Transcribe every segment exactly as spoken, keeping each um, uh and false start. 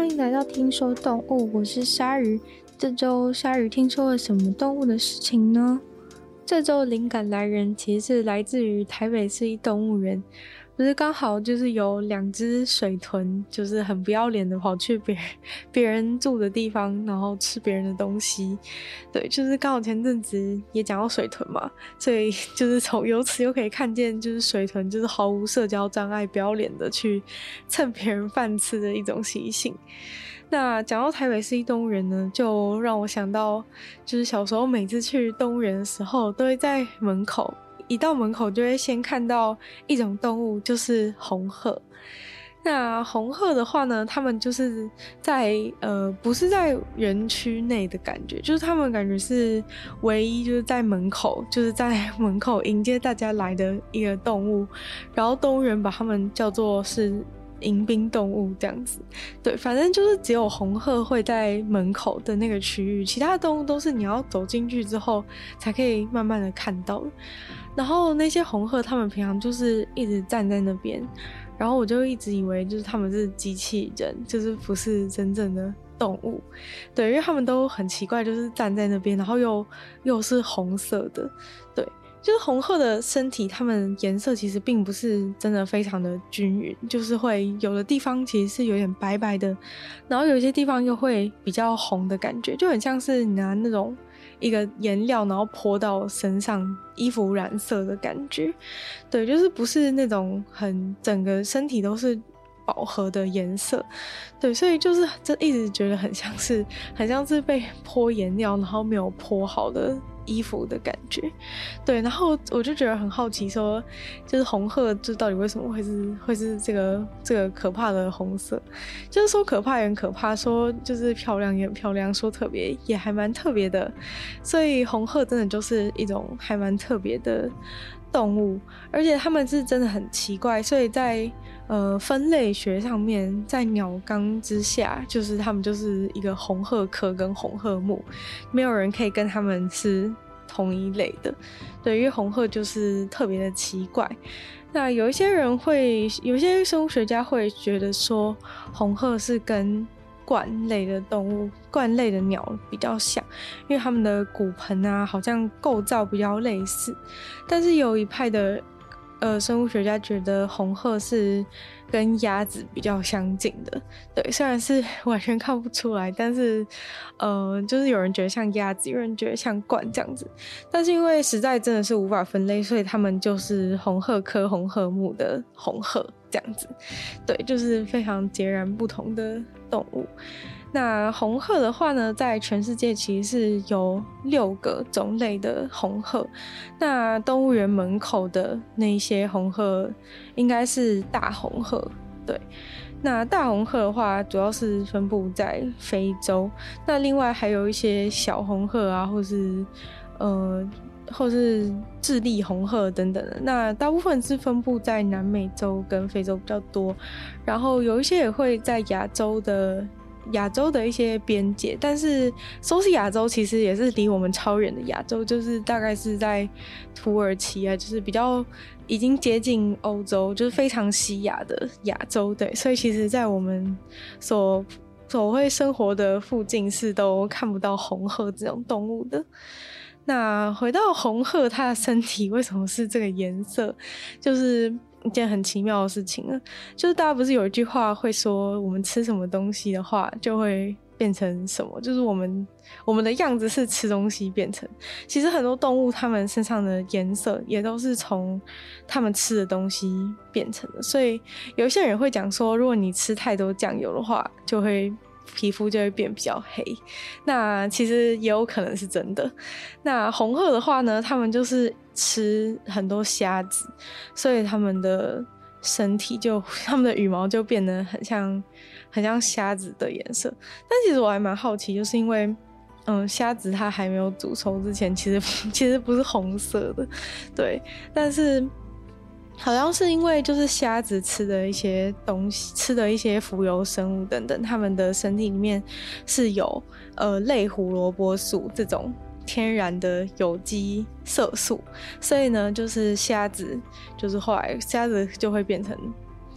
迎来到听说动物，我是鲨鱼。这周鲨鱼听说了什么动物的事情呢？这周灵感来源其实是来自于台北市立动物园，不是刚好就是有两只水豚，就是很不要脸的跑去别人别人住的地方，然后吃别人的东西。对，就是刚好前阵子也讲到水豚嘛，所以就是从由此又可以看见，就是水豚就是毫无社交障碍、不要脸的去蹭别人饭吃的一种习性。那讲到台北市立动物园呢，就让我想到，就是小时候每次去动物园的时候，都会在门口，一到门口就会先看到一种动物，就是红鹤。那红鹤的话呢，他们就是在呃，不是在园区内的感觉，就是他们感觉是唯一就是在门口，就是在门口迎接大家来的一个动物，然后动物园把他们叫做是迎宾动物这样子。对，反正就是只有红鹤会在门口的那个区域，其他的动物都是你要走进去之后才可以慢慢的看到的。然后那些红鹤他们平常就是一直站在那边，然后我就一直以为就是他们是机器人，就是不是真正的动物。对，因为他们都很奇怪，就是站在那边，然后又又是红色的。对，就是红鹤的身体，它们颜色其实并不是真的非常的均匀，就是会有的地方其实是有点白白的，然后有一些地方又会比较红的感觉，就很像是你拿那种一个颜料然后泼到身上，衣服染色的感觉。对，就是不是那种很整个身体都是饱和的颜色。对，所以就是这一直觉得很像是很像是被泼颜料然后没有泼好的衣服的感觉。对，然后我就觉得很好奇说，就是红鹤就到底为什么会是会是这个这个可怕的红色。就是说可怕也很可怕，说就是漂亮也很漂亮，说特别也还蛮特别的。所以红鹤真的就是一种还蛮特别的动物，而且它们是真的很奇怪，所以在呃分类学上面，在鸟纲之下，就是它们就是一个红鹤科跟红鹤目，没有人可以跟它们是同一类的。对，因为红鹤就是特别的奇怪。那有一些人会，有一些生物学家会觉得说，红鹤是跟鹳类的动物、鹳类的鸟比较像，因为它们的骨盆啊，好像构造比较类似。但是有一派的呃生物学家觉得红鹤是跟鸭子比较相近的。对，虽然是完全看不出来，但是呃，就是有人觉得像鸭子，有人觉得像鹳这样子。但是因为实在真的是无法分类，所以他们就是红鹤科红鹤目的红鹤这样子。对，就是非常截然不同的动物。那红鹤的话呢，在全世界其实是有六个种类的红鹤。那动物园门口的那些红鹤应该是大红鹤。对，那大红鹤的话主要是分布在非洲，那另外还有一些小红鹤啊，或是呃或是智利红鹤等等的，那大部分是分布在南美洲跟非洲比较多，然后有一些也会在亚洲的亚洲的一些边界，但是说是亚洲，其实也是离我们超远的亚洲，就是大概是在土耳其啊，就是比较已经接近欧洲，就是非常西亚的亚洲。对，所以其实在我们所所会生活的附近是都看不到红鹤这种动物的。那回到红鹤，它的身体为什么是这个颜色，就是一件很奇妙的事情了。就是大家不是有一句话会说，我们吃什么东西的话就会变成什么，就是我们我们的样子是吃东西变成。其实很多动物它们身上的颜色也都是从它们吃的东西变成的。所以有一些人会讲说，如果你吃太多酱油的话，就会皮肤就会变比较黑。那其实也有可能是真的。那红鹤的话呢，他们就是吃很多虾子，所以他们的身体就他们的羽毛就变得很像很像虾子的颜色。但其实我还蛮好奇，就是因为嗯，虾子它还没有煮熟之前，其实其实不是红色的。对，但是好像是因为就是虾子吃的一些东西，吃的一些浮游生物等等，它们的身体里面是有呃类胡萝卜素这种天然的有机色素，所以呢，就是虾子就是后来虾子就会变成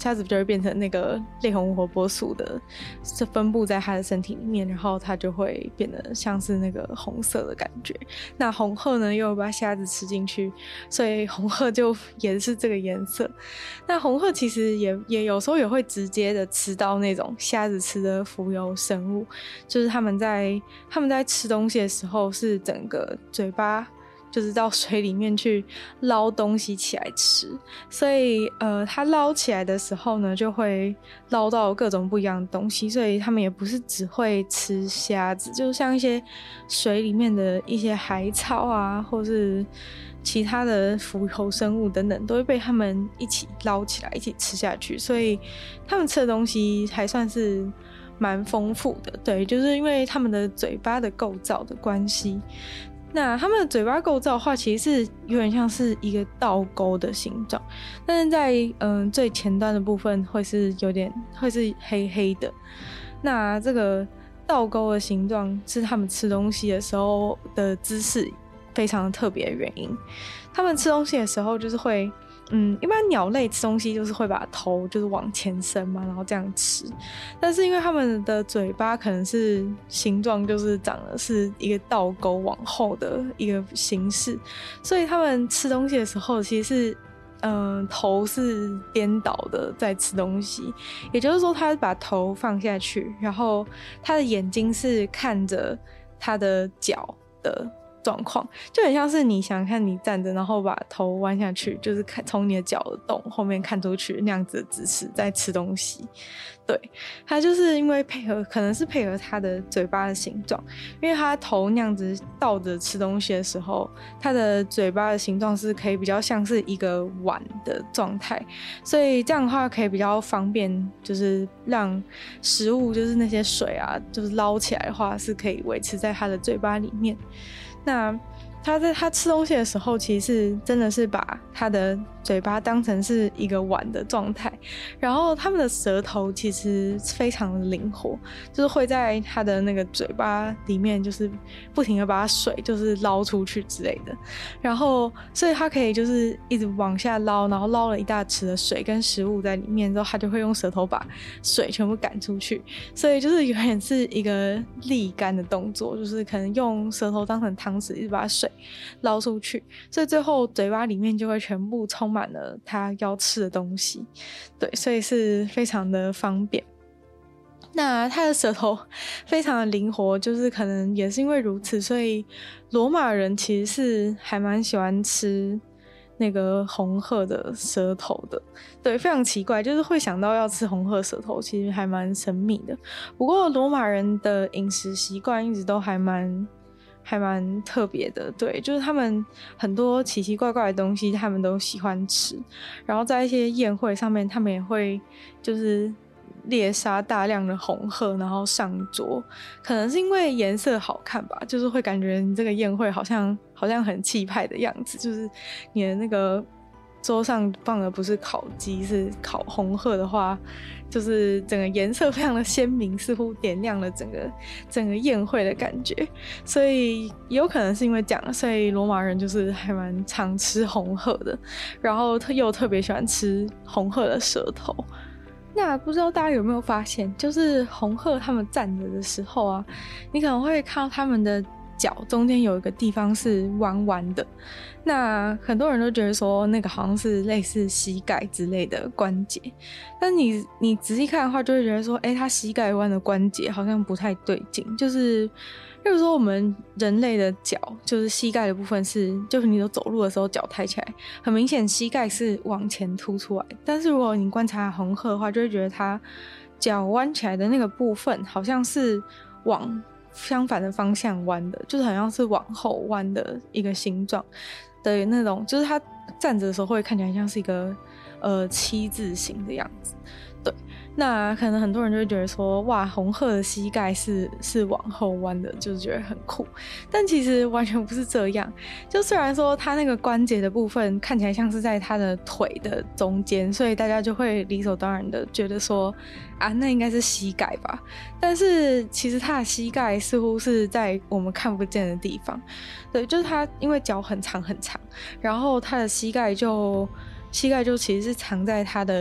虾子就会变成那个类红活泼素的，是分布在它的身体里面，然后它就会变得像是那个红色的感觉。那红鹤呢又把虾子吃进去，所以红鹤就也是这个颜色。那红鹤其实也也有时候也会直接的吃到那种虾子吃的浮游生物，就是他们在他们在吃东西的时候是整个嘴巴就是到水里面去捞东西起来吃，所以呃，它捞起来的时候呢，就会捞到各种不一样的东西，所以他们也不是只会吃虾子，就像一些水里面的一些海草啊，或是其他的浮游生物等等，都会被他们一起捞起来，一起吃下去，所以他们吃的东西还算是蛮丰富的。对，就是因为他们的嘴巴的构造的关系。那他们的嘴巴构造的话，其实是有点像是一个倒钩的形状，但是在嗯最前端的部分会是有点会是黑黑的。那这个倒钩的形状是他们吃东西的时候的姿势非常特别的原因。他们吃东西的时候就是会嗯，一般鸟类吃东西就是会把头就是往前伸嘛，然后这样吃。但是因为它们的嘴巴可能是形状就是长的是一个倒钩往后的一个形式，所以它们吃东西的时候其实是嗯、呃，头是颠倒的在吃东西，也就是说它把头放下去，然后它的眼睛是看着它的脚的状况，就很像是你想看你站着然后把头弯下去，就是看从你的脚的洞后面看出去那样子的姿势在吃东西。对，它就是因为配合可能是配合它的嘴巴的形状，因为它头那样子倒着吃东西的时候，它的嘴巴的形状是可以比较像是一个碗的状态，所以这样的话可以比较方便，就是让食物就是那些水啊就是捞起来的话是可以维持在它的嘴巴里面。那他在他吃东西的时候，其实是真的是把他的嘴巴当成是一个碗的状态，然后他们的舌头其实非常的灵活，就是会在他的那个嘴巴里面就是不停的把水就是捞出去之类的，然后所以他可以就是一直往下捞，然后捞了一大池的水跟食物在里面之后，他就会用舌头把水全部赶出去，所以就是有点是一个沥干的动作，就是可能用舌头当成汤匙一直把水捞出去，所以最后嘴巴里面就会全部充满了他要吃的东西。对，所以是非常的方便。那他的舌头非常的灵活，就是可能也是因为如此，所以罗马人其实是还蛮喜欢吃那个红鹤的舌头的。对，非常奇怪，就是会想到要吃红鹤舌头，其实还蛮神秘的。不过罗马人的饮食习惯一直都还蛮还蛮特别的，对，就是他们很多奇奇怪怪的东西他们都喜欢吃，然后在一些宴会上面他们也会就是猎杀大量的红鹤然后上桌，可能是因为颜色好看吧，就是会感觉你这个宴会好像好像很气派的样子，就是你的那个桌上放的不是烤鸡是烤红鹤的话，就是整个颜色非常的鲜明，似乎点亮了整个整个宴会的感觉，所以也有可能是因为这样，所以罗马人就是还蛮常吃红鹤的，然后又特别喜欢吃红鹤的舌头。那不知道大家有没有发现，就是红鹤他们站着的时候啊，你可能会看到他们的脚中间有一个地方是弯弯的，那很多人都觉得说那个好像是类似膝盖之类的关节，但你你仔细看的话就会觉得说，诶，他膝盖弯的关节好像不太对劲，就是例如说我们人类的脚就是膝盖的部分是，就是你走路的时候脚抬起来，很明显膝盖是往前凸出来，但是如果你观察红鹤的话，就会觉得它脚弯起来的那个部分好像是往相反的方向弯的，就是好像是往后弯的一个形状的那种，就是它站着的时候会看起来像是一个呃七字形的样子。对，那可能很多人就会觉得说，哇，红鹤的膝盖是是往后弯的，就是觉得很酷，但其实完全不是这样。就虽然说它那个关节的部分看起来像是在它的腿的中间，所以大家就会理所当然的觉得说，啊，那应该是膝盖吧。但是其实它的膝盖似乎是在我们看不见的地方。对，就是它因为脚很长很长，然后它的膝盖就膝盖就其实是藏在它的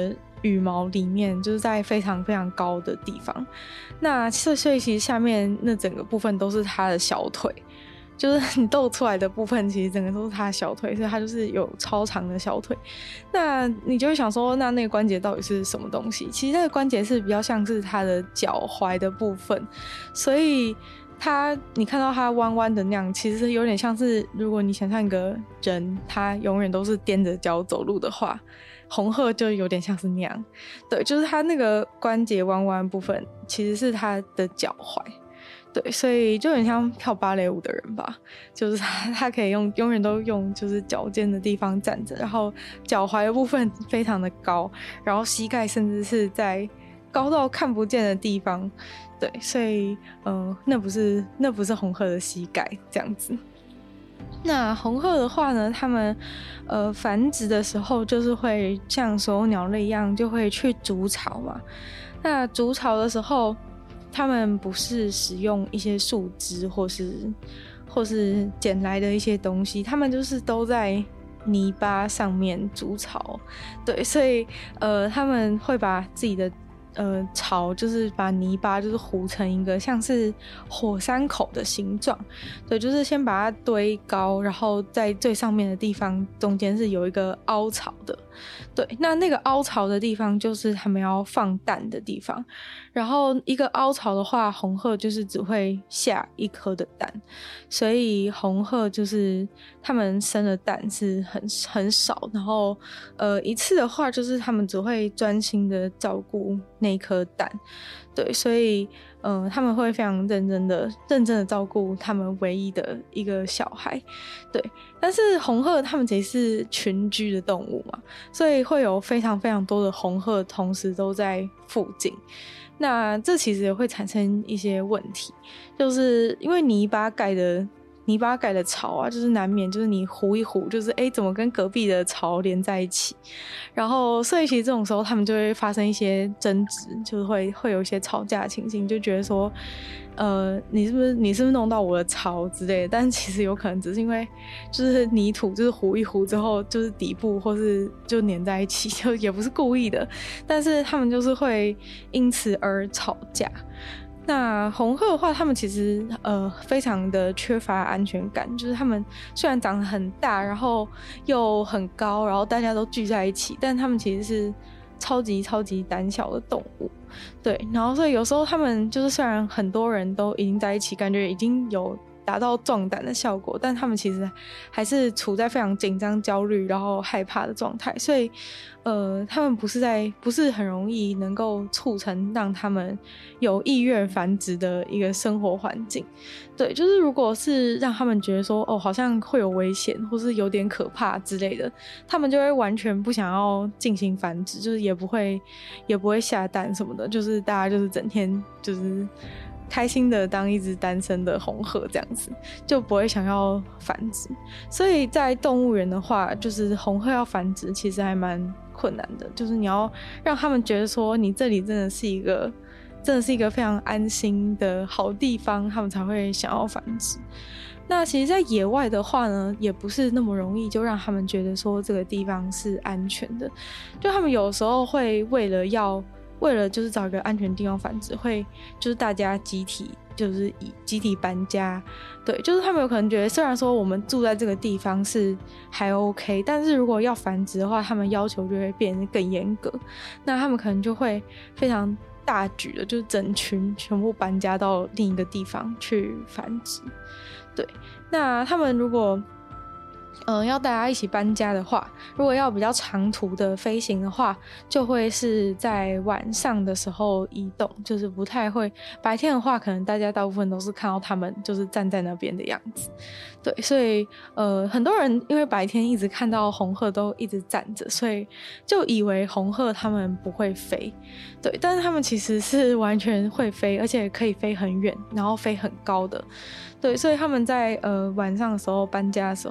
羽毛里面，就是在非常非常高的地方。那所以其实下面那整个部分都是它的小腿，就是你斗出来的部分其实整个都是它的小腿，所以它就是有超长的小腿。那你就会想说，那那个关节到底是什么东西？其实那个关节是比较像是它的脚踝的部分，所以它你看到它弯弯的那样，其实有点像是，如果你想象一个人他永远都是踮着脚走路的话，红鹤就有点像是那样。对，就是它那个关节弯弯部分其实是它的脚踝。对，所以就很像跳芭蕾舞的人吧，就是他他可以用永远都用就是脚尖的地方站着，然后脚踝的部分非常的高，然后膝盖甚至是在高到看不见的地方。对，所以呃，那不是那不是红鹤的膝盖这样子。那红鹤的话呢，它们呃繁殖的时候就是会像所有鸟类一样，就会去筑巢嘛。那筑巢的时候，他们不是使用一些树枝或是或是捡来的一些东西，他们就是都在泥巴上面筑巢。对，所以呃他们会把自己的呃巢就是把泥巴就是糊成一个像是火山口的形状。对，就是先把它堆高，然后在最上面的地方中间是有一个凹槽的。对，那那个凹槽的地方就是他们要放蛋的地方。然后一个凹槽的话，红鹤就是只会下一颗的蛋，所以红鹤就是他们生的蛋是很很少，然后呃一次的话就是他们只会专心的照顾那颗蛋。对，所以嗯、呃，他们会非常认真的认真的照顾他们唯一的一个小孩。对，但是红鹤他们其实是群居的动物嘛，所以会有非常非常多的红鹤同时都在附近。那这其实也会产生一些问题，就是因为泥巴盖的泥巴盖的巢啊，就是难免就是你糊一糊，就是哎怎么跟隔壁的巢连在一起，然后所以其实这种时候他们就会发生一些争执，就是会会有一些吵架的情形，就觉得说呃你是不是你是不是弄到我的巢之类的，但其实有可能只是因为就是泥土就是糊一糊之后就是底部或是就粘在一起，就也不是故意的，但是他们就是会因此而吵架。那红鹤的话，他们其实呃非常的缺乏安全感，就是他们虽然长得很大，然后又很高，然后大家都聚在一起，但他们其实是超级超级胆小的动物。对，然后所以有时候他们就是虽然很多人都已经在一起，感觉已经有达到壮胆的效果，但他们其实还是处在非常紧张、焦虑然后害怕的状态，所以呃，他们不是在不是很容易能够促成让他们有意愿繁殖的一个生活环境。对，就是如果是让他们觉得说哦好像会有危险或是有点可怕之类的，他们就会完全不想要进行繁殖，就是也不会也不会下蛋什么的，就是大家就是整天就是开心的当一只单身的红鹤这样子，就不会想要繁殖。所以在动物园的话，就是红鹤要繁殖其实还蛮困难的，就是你要让他们觉得说你这里真的是一个真的是一个非常安心的好地方，他们才会想要繁殖。那其实在野外的话呢，也不是那么容易就让他们觉得说这个地方是安全的，就他们有时候会为了要为了就是找一个安全地方繁殖，会就是大家集体就是以集体搬家。对，就是他们有可能觉得虽然说我们住在这个地方是还 OK， 但是如果要繁殖的话，他们要求就会变得更严格，那他们可能就会非常大举的就是整群全部搬家到另一个地方去繁殖。对，那他们如果嗯，要大家一起搬家的话，如果要比较长途的飞行的话，就会是在晚上的时候移动，就是不太会。白天的话，可能大家大部分都是看到他们就是站在那边的样子。对，所以呃，很多人因为白天一直看到红鹤都一直站着，所以就以为红鹤他们不会飞。对，但是他们其实是完全会飞，而且可以飞很远，然后飞很高的。对，所以他们在呃晚上的时候搬家的时候，他们就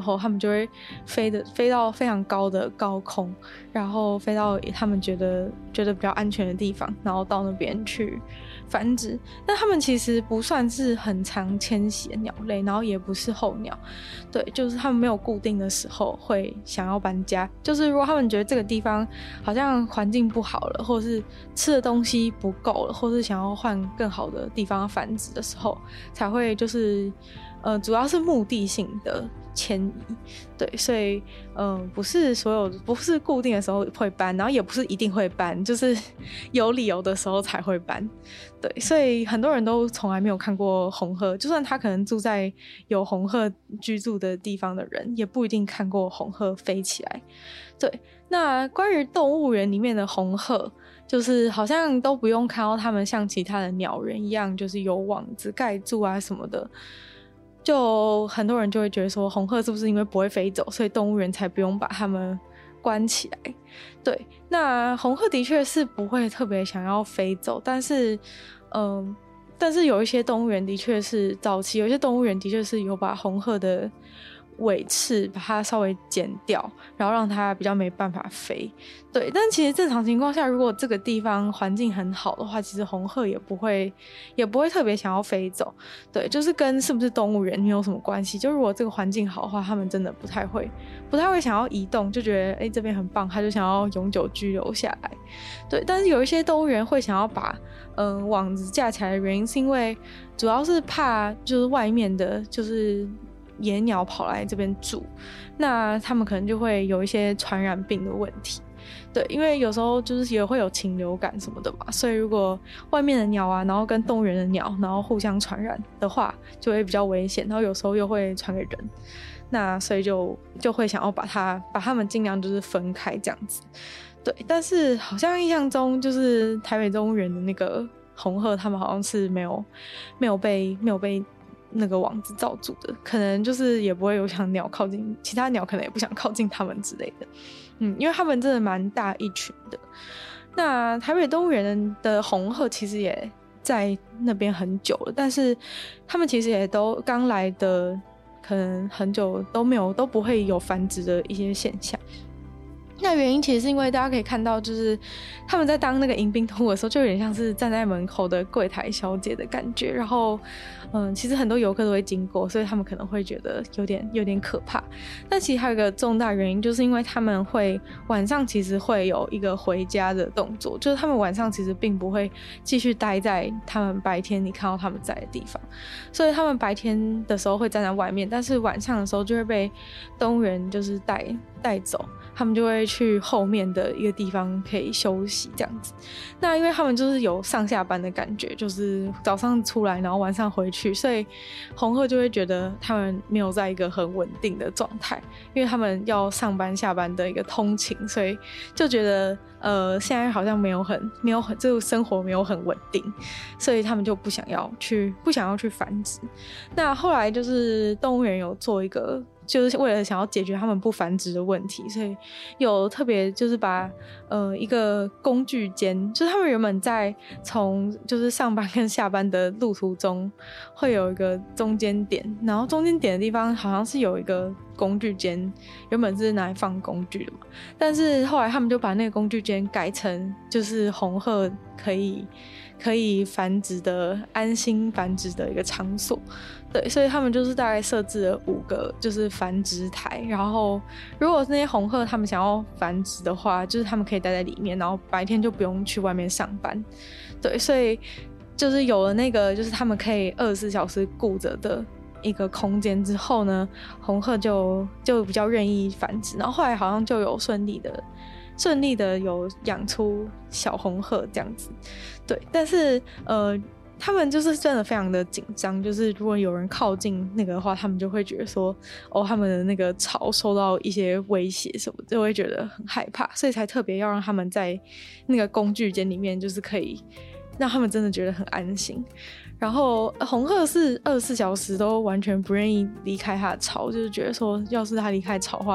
会飞的飞到非常高的高空，然后飞到他们觉得觉得比较安全的地方，然后到那边去繁殖。但他们其实不算是很常迁徙的鸟类，然后也不是候鸟，对，就是他们没有固定的时候会想要搬家，就是如果他们觉得这个地方好像环境不好了，或者是吃的东西不够了，或是想要换更好的地方繁殖的时候，才会就是呃，主要是目的性的迁移，对，所以嗯、呃，不是所有不是固定的时候会搬，然后也不是一定会搬，就是有理由的时候才会搬，对，所以很多人都从来没有看过红鹤，就算他可能住在有红鹤居住的地方的人，也不一定看过红鹤飞起来。对，那关于动物园里面的红鹤，就是好像都不用看到他们像其他的鸟人一样，就是有网子盖住啊什么的。就很多人就会觉得说，红鹤是不是因为不会飞走，所以动物园才不用把它们关起来？对，那红鹤的确是不会特别想要飞走，但是，嗯，但是有一些动物园的确是早期有一些动物园的确是有把红鹤的尾翅把它稍微剪掉，然后让它比较没办法飞。对，但其实正常情况下，如果这个地方环境很好的话，其实红鹤也不会也不会特别想要飞走。对，就是跟是不是动物园没有什么关系。就如果这个环境好的话，他们真的不太会不太会想要移动，就觉得哎这边很棒，他就想要永久居留下来。对，但是有一些动物园会想要把嗯网子架起来的原因，是因为主要是怕就是外面的就是野鸟跑来这边住，那他们可能就会有一些传染病的问题。对，因为有时候就是也会有禽流感什么的嘛，所以如果外面的鸟啊，然后跟动物园的鸟，然后互相传染的话，就会比较危险，然后有时候又会传给人，那所以就就会想要把它把它们尽量就是分开这样子。对，但是好像印象中就是台北动物园的那个红鹤，他们好像是没有没有被没有被那个网子罩住的，可能就是也不会有想鸟靠近，其他鸟可能也不想靠近他们之类的。嗯，因为他们真的蛮大一群的。那台北动物园的红鹤其实也在那边很久了，但是他们其实也都刚来的，可能很久都没有都不会有繁殖的一些现象。那原因其实是因为大家可以看到，就是他们在当那个迎宾动物的时候，就有点像是站在门口的柜台小姐的感觉。然后，嗯，其实很多游客都会经过，所以他们可能会觉得有点有点可怕。但其实还有一个重大原因，就是因为他们会晚上其实会有一个回家的动作，就是他们晚上其实并不会继续待在他们白天你看到他们在的地方，所以他们白天的时候会站在外面，但是晚上的时候就会被动物园就是带带走。他们就会去后面的一个地方可以休息这样子。那因为他们就是有上下班的感觉，就是早上出来然后晚上回去，所以红鹤就会觉得他们没有在一个很稳定的状态，因为他们要上班下班的一个通勤，所以就觉得呃现在好像没有很没有很这个生活没有很稳定，所以他们就不想要去不想要去繁殖。那后来就是动物园有做一个，就是为了想要解决他们不繁殖的问题，所以有特别就是把呃一个工具间，就是他们原本在从就是上班跟下班的路途中会有一个中间点，然后中间点的地方好像是有一个工具间，原本是拿来放工具的嘛，但是后来他们就把那个工具间改成就是红鹤可以可以繁殖的安心繁殖的一个场所。对，所以他们就是大概设置了五个就是繁殖台，然后如果那些红鹤他们想要繁殖的话，就是他们可以待在里面，然后白天就不用去外面上班。对，所以就是有了那个就是他们可以二十四小时顾着的一个空间之后呢，红鹤就就比较愿意繁殖，然后后来好像就有顺利的顺利的有养出小红鹤这样子。对，但是呃他们就是真的非常的紧张，就是如果有人靠近那个的话，他们就会觉得说哦他们的那个巢受到一些威胁什么，就会觉得很害怕，所以才特别要让他们在那个工具间里面，就是可以让他们真的觉得很安心。然后红鹤是二十四小时都完全不愿意离开它的巢，就是觉得说要是它离开巢的话，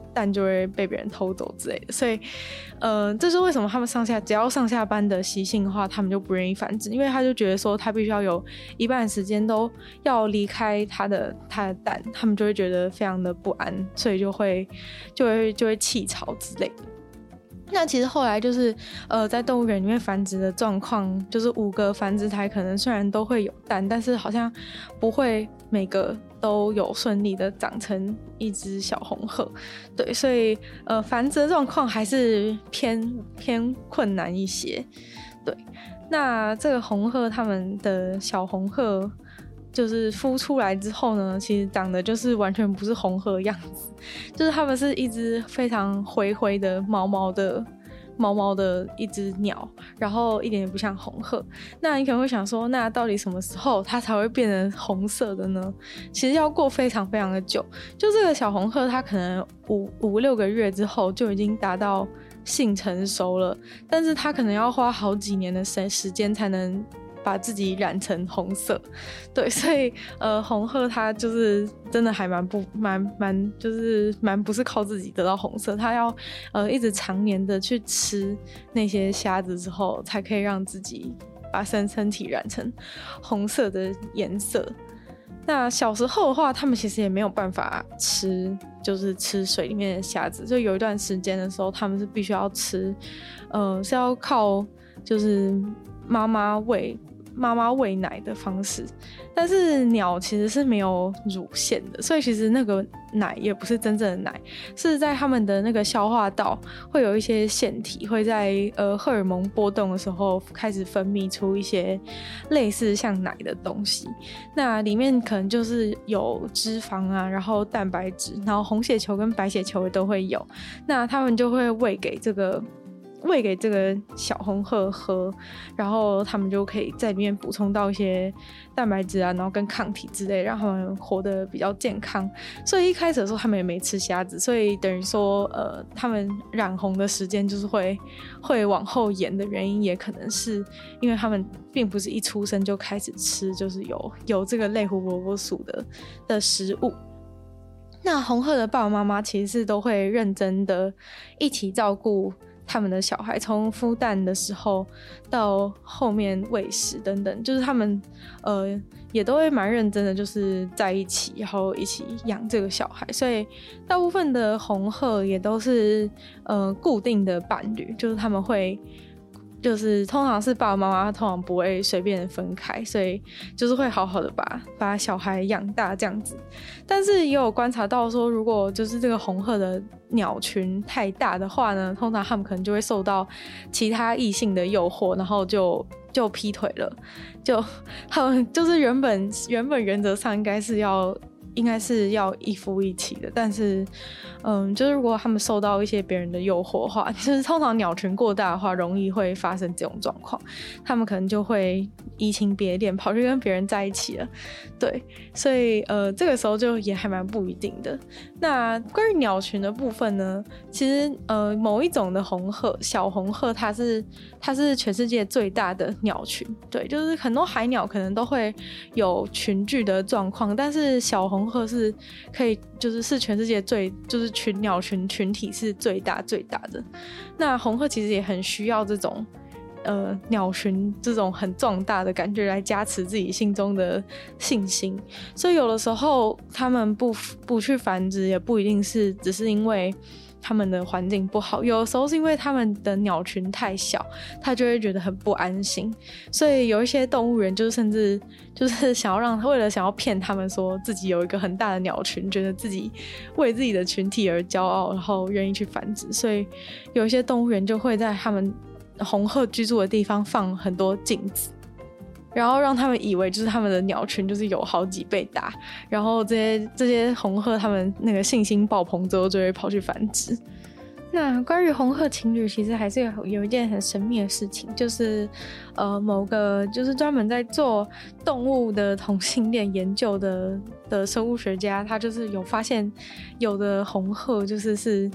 蛋就会被别人偷走之类的。所以呃，这是为什么他们上下只要上下班的习性的话，他们就不愿意繁殖，因为他就觉得说他必须要有一半的时间都要离开他的他的蛋，他们就会觉得非常的不安，所以就会就会就会弃巢之类的。那其实后来就是呃，在动物园里面繁殖的状况，就是五个繁殖台可能虽然都会有蛋，但是好像不会每个都有顺利的长成一只小红鹤。对，所以呃，繁殖的状况还是偏偏困难一些。对，那这个红鹤他们的小红鹤就是孵出来之后呢，其实长得就是完全不是红鹤的样子，就是它们是一只非常灰灰的毛毛的毛毛的一只鸟，然后一点也不像红鹤。那你可能会想说，那到底什么时候它才会变成红色的呢？其实要过非常非常的久，就这个小红鹤它可能五五六个月之后就已经达到性成熟了，但是它可能要花好几年的时间才能把自己染成红色。对，所以呃，红鹤它就是真的还蛮不蛮蛮就是蛮不是靠自己得到红色，它要呃一直常年的去吃那些虾子之后，才可以让自己把身身体染成红色的颜色。那小时候的话，他们其实也没有办法吃，就是吃水里面的虾子。就有一段时间的时候，他们是必须要吃，呃，是要靠就是妈妈喂妈妈喂奶的方式。但是鸟其实是没有乳腺的，所以其实那个奶也不是真正的奶，是在他们的那个消化道会有一些腺体会在呃荷尔蒙波动的时候开始分泌出一些类似像奶的东西。那里面可能就是有脂肪啊，然后蛋白质，然后红血球跟白血球都会有。那他们就会喂给这个喂给这个小红鹤喝，然后他们就可以在里面补充到一些蛋白质啊，然后跟抗体之类，让他们活得比较健康。所以一开始的时候他们也没吃虾子，所以等于说呃，他们染红的时间就是会会往后延的原因，也可能是因为他们并不是一出生就开始吃就是有有这个类胡萝卜素的的食物。那红鹤的爸爸妈妈其实是都会认真的一起照顾他们的小孩，从孵蛋的时候到后面喂食等等，就是他们呃也都会蛮认真的，就是在一起，然后一起养这个小孩。所以大部分的红鹤也都是呃固定的伴侣，就是他们会就是通常是爸爸妈妈通常不会随便分开，所以就是会好好的把把小孩养大这样子。但是也有观察到说，如果就是这个红鹤的鸟群太大的话呢，通常他们可能就会受到其他异性的诱惑，然后就就劈腿了。就他们就是原本原本原则上应该是要应该是要一夫一妻的，但是嗯，就是如果他们受到一些别人的诱惑的话，就是通常鸟群过大的话容易会发生这种状况，他们可能就会移情别恋，跑去跟别人在一起了。对，所以呃这个时候就也还蛮不一定的。那关于鸟群的部分呢，其实呃某一种的红鹤小红鹤它是它是全世界最大的鸟群。对，就是很多海鸟可能都会有群聚的状况，但是小红鹤是可以就是是全世界最就是群鸟群群体是最大最大的。那红鹤其实也很需要这种呃鸟群这种很壮大的感觉来加持自己心中的信心，所以有的时候他们不不去繁殖也不一定是只是因为他们的环境不好，有的时候是因为他们的鸟群太小，他就会觉得很不安心。所以有一些动物园就是甚至就是想要让为了想要骗他们说自己有一个很大的鸟群，觉得自己为自己的群体而骄傲，然后愿意去繁殖。所以有一些动物园就会在他们红鹤居住的地方放很多镜子，然后让他们以为就是他们的鸟群就是有好几倍大，然后这些这些红鹤他们那个信心爆棚之后就会跑去繁殖。那关于红鹤情侣其实还是有有一件很神秘的事情，就是呃某个就是专门在做动物的同性恋研究的的生物学家，他就是有发现有的红鹤就是是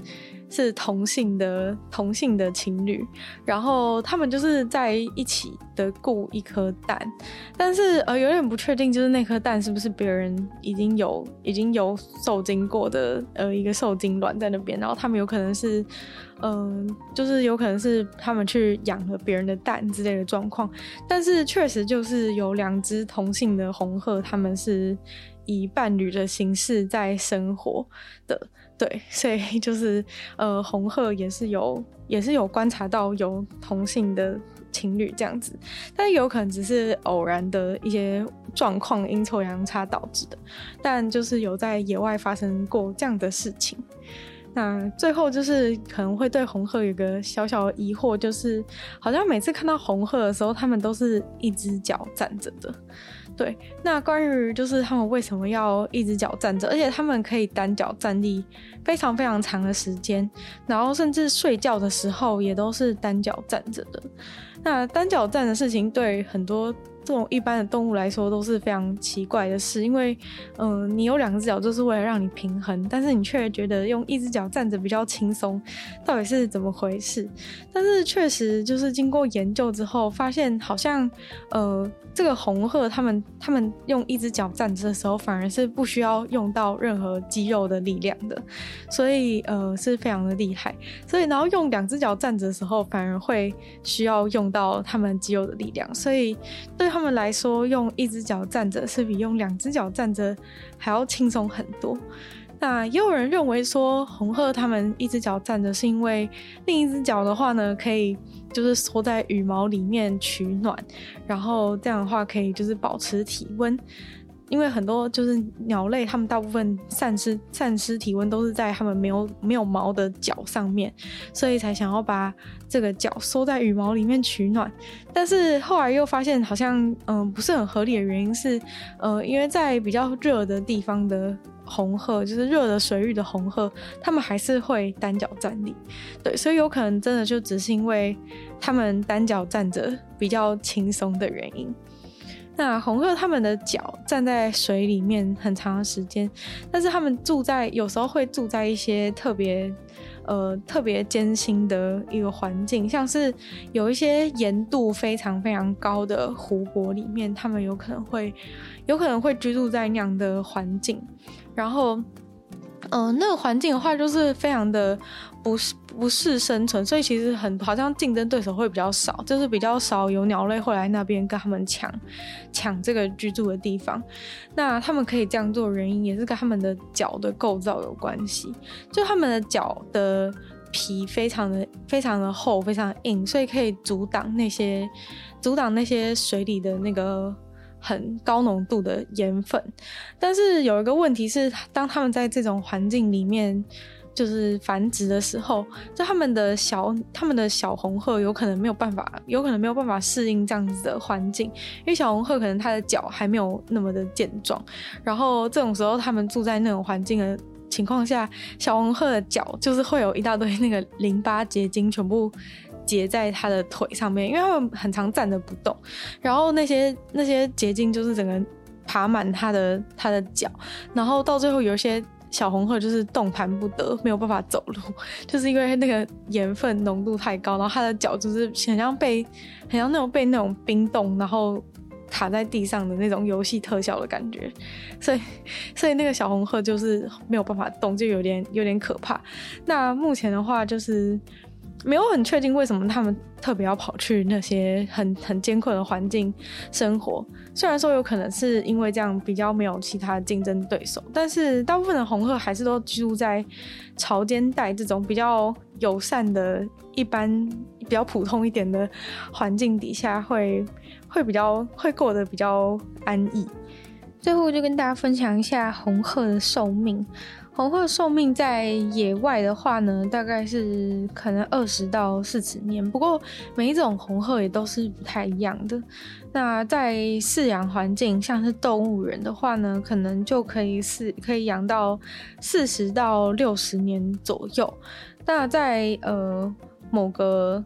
是同性的同性的情侣，然后他们就是在一起的顾一颗蛋，但是呃有点不确定，就是那颗蛋是不是别人已经有已经有受精过的呃一个受精卵在那边，然后他们有可能是嗯、呃，就是有可能是他们去养了别人的蛋之类的状况，但是确实就是有两只同性的红鹤，他们是以伴侣的形式在生活的，对，所以就是呃，红鹤也是有也是有观察到有同性的情侣这样子，但有可能只是偶然的一些状况阴错阳差导致的，但就是有在野外发生过这样的事情。那最后就是可能会对红鹤有个小小的疑惑，就是好像每次看到红鹤的时候，他们都是一只脚站着的。对，那关于就是他们为什么要一只脚站着，而且他们可以单脚站立非常非常长的时间，然后甚至睡觉的时候也都是单脚站着的。那单脚站的事情对很多这种一般的动物来说都是非常奇怪的事，因为嗯、呃，你有两只脚就是为了让你平衡，但是你却觉得用一只脚站着比较轻松，到底是怎么回事？但是确实就是经过研究之后发现，好像呃这个红鹤他们他们用一只脚站着的时候，反而是不需要用到任何肌肉的力量的，所以呃是非常的厉害。所以然后用两只脚站着的时候，反而会需要用到他们肌肉的力量，所以对他们来说，用一只脚站着是比用两只脚站着还要轻松很多。那也有人认为说，红鹤他们一只脚站着是因为另一只脚的话呢，可以就是缩在羽毛里面取暖，然后这样的话可以就是保持体温。因为很多就是鸟类，它们大部分散失散失体温都是在它们没有没有毛的脚上面，所以才想要把这个脚缩在羽毛里面取暖。但是后来又发现好像嗯、呃、不是很合理的原因是，呃因为在比较热的地方的红鹤，就是热的水域的红鹤，它们还是会单脚站立，对，所以有可能真的就只是因为它们单脚站着比较轻松的原因。那红鹤他们的脚站在水里面很长的时间，但是他们住在有时候会住在一些特别呃特别艰辛的一个环境，像是有一些盐度非常非常高的湖泊里面，他们有可能会有可能会居住在那样的环境，然后嗯、呃，那个环境的话就是非常的不是不是生存，所以其实很好像竞争对手会比较少，就是比较少有鸟类会来那边跟他们抢抢这个居住的地方。那他们可以这样做的原因也是跟他们的脚的构造有关系，就他们的脚的皮非常的非常的厚，非常的硬，所以可以阻挡那些阻挡那些水里的那个很高浓度的盐分。但是有一个问题是，当他们在这种环境里面就是繁殖的时候，就他们的小他们的小红鹤有可能没有办法有可能没有办法适应这样子的环境，因为小红鹤可能它的脚还没有那么的健壮，然后这种时候他们住在那种环境的情况下，小红鹤的脚就是会有一大堆那个淋巴结晶全部结在它的腿上面，因为他们很常站着不动，然后那些那些结晶就是整个爬满它的它的脚，然后到最后有一些小红鹤就是动弹不得，没有办法走路，就是因为那个盐分浓度太高，然后它的脚就是很像被很像那种被那种冰冻然后卡在地上的那种游戏特效的感觉，所以所以那个小红鹤就是没有办法动，就有点有点可怕。那目前的话就是没有很确定为什么他们特别要跑去那些很很艰困的环境生活，虽然说有可能是因为这样比较没有其他竞争对手，但是大部分的红鹤还是都居住在潮间带这种比较友善的一般比较普通一点的环境底下，会会比较会过得比较安逸。最后就跟大家分享一下红鹤的寿命。红鹤寿命在野外的话呢，大概是可能二十到四十年，不过每一种红鹤也都是不太一样的。那在饲养环境，像是动物园的话呢，可能就可以是可以养到四十到六十年左右。那在呃某个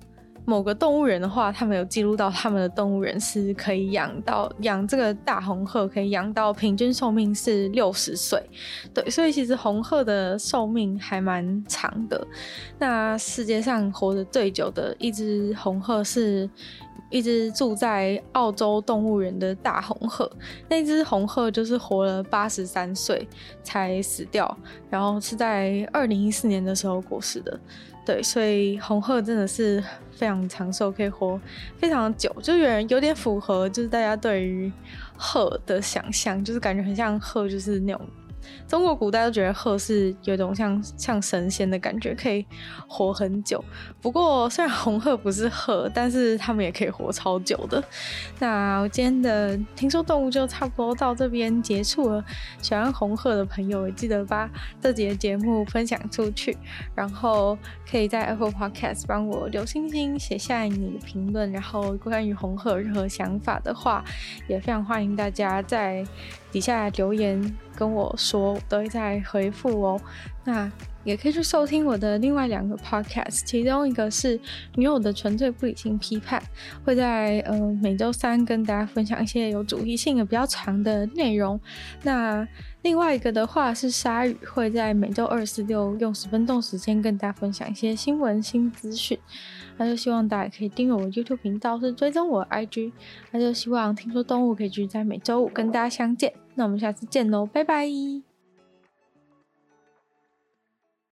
某个动物园的话，他们有记录到他们的动物园是可以养到养这个大红鹤可以养到平均寿命是六十岁，对，所以其实红鹤的寿命还蛮长的。那世界上活得最久的一只红鹤是一只住在澳洲动物园的大红鹤，那只红鹤就是活了八十三岁才死掉，然后是在二零一四年的时候过世的。对，所以红鹤真的是非常长寿，可以活非常久，就有人有点符合就是大家对于鹤的想象，就是感觉很像鹤，就是那种中国古代都觉得鹤是有一种像像神仙的感觉，可以活很久。不过虽然红鹤不是鹤，但是他们也可以活超久的。那我今天的听说动物就差不多到这边结束了。喜欢红鹤的朋友也记得把这集的节目分享出去，然后可以在 Apple Podcast 帮我留星星，写下你的评论。然后关于红鹤有任何想法的话，也非常欢迎大家在底下留言跟我说，我都会再回复哦。那也可以去收听我的另外两个 podcast， 其中一个是女友的纯粹不理性批判，会在呃每周三跟大家分享一些有主题性的比较长的内容。那另外一个的话是鲨鱼，会在每周二、四、六用十分钟时间跟大家分享一些新闻新资讯。那就希望大家可以订阅我的 YouTube 频道，是追踪我的 I G。那就希望听说动物可以继续在每周五跟大家相见。那我们下次见喽，拜拜。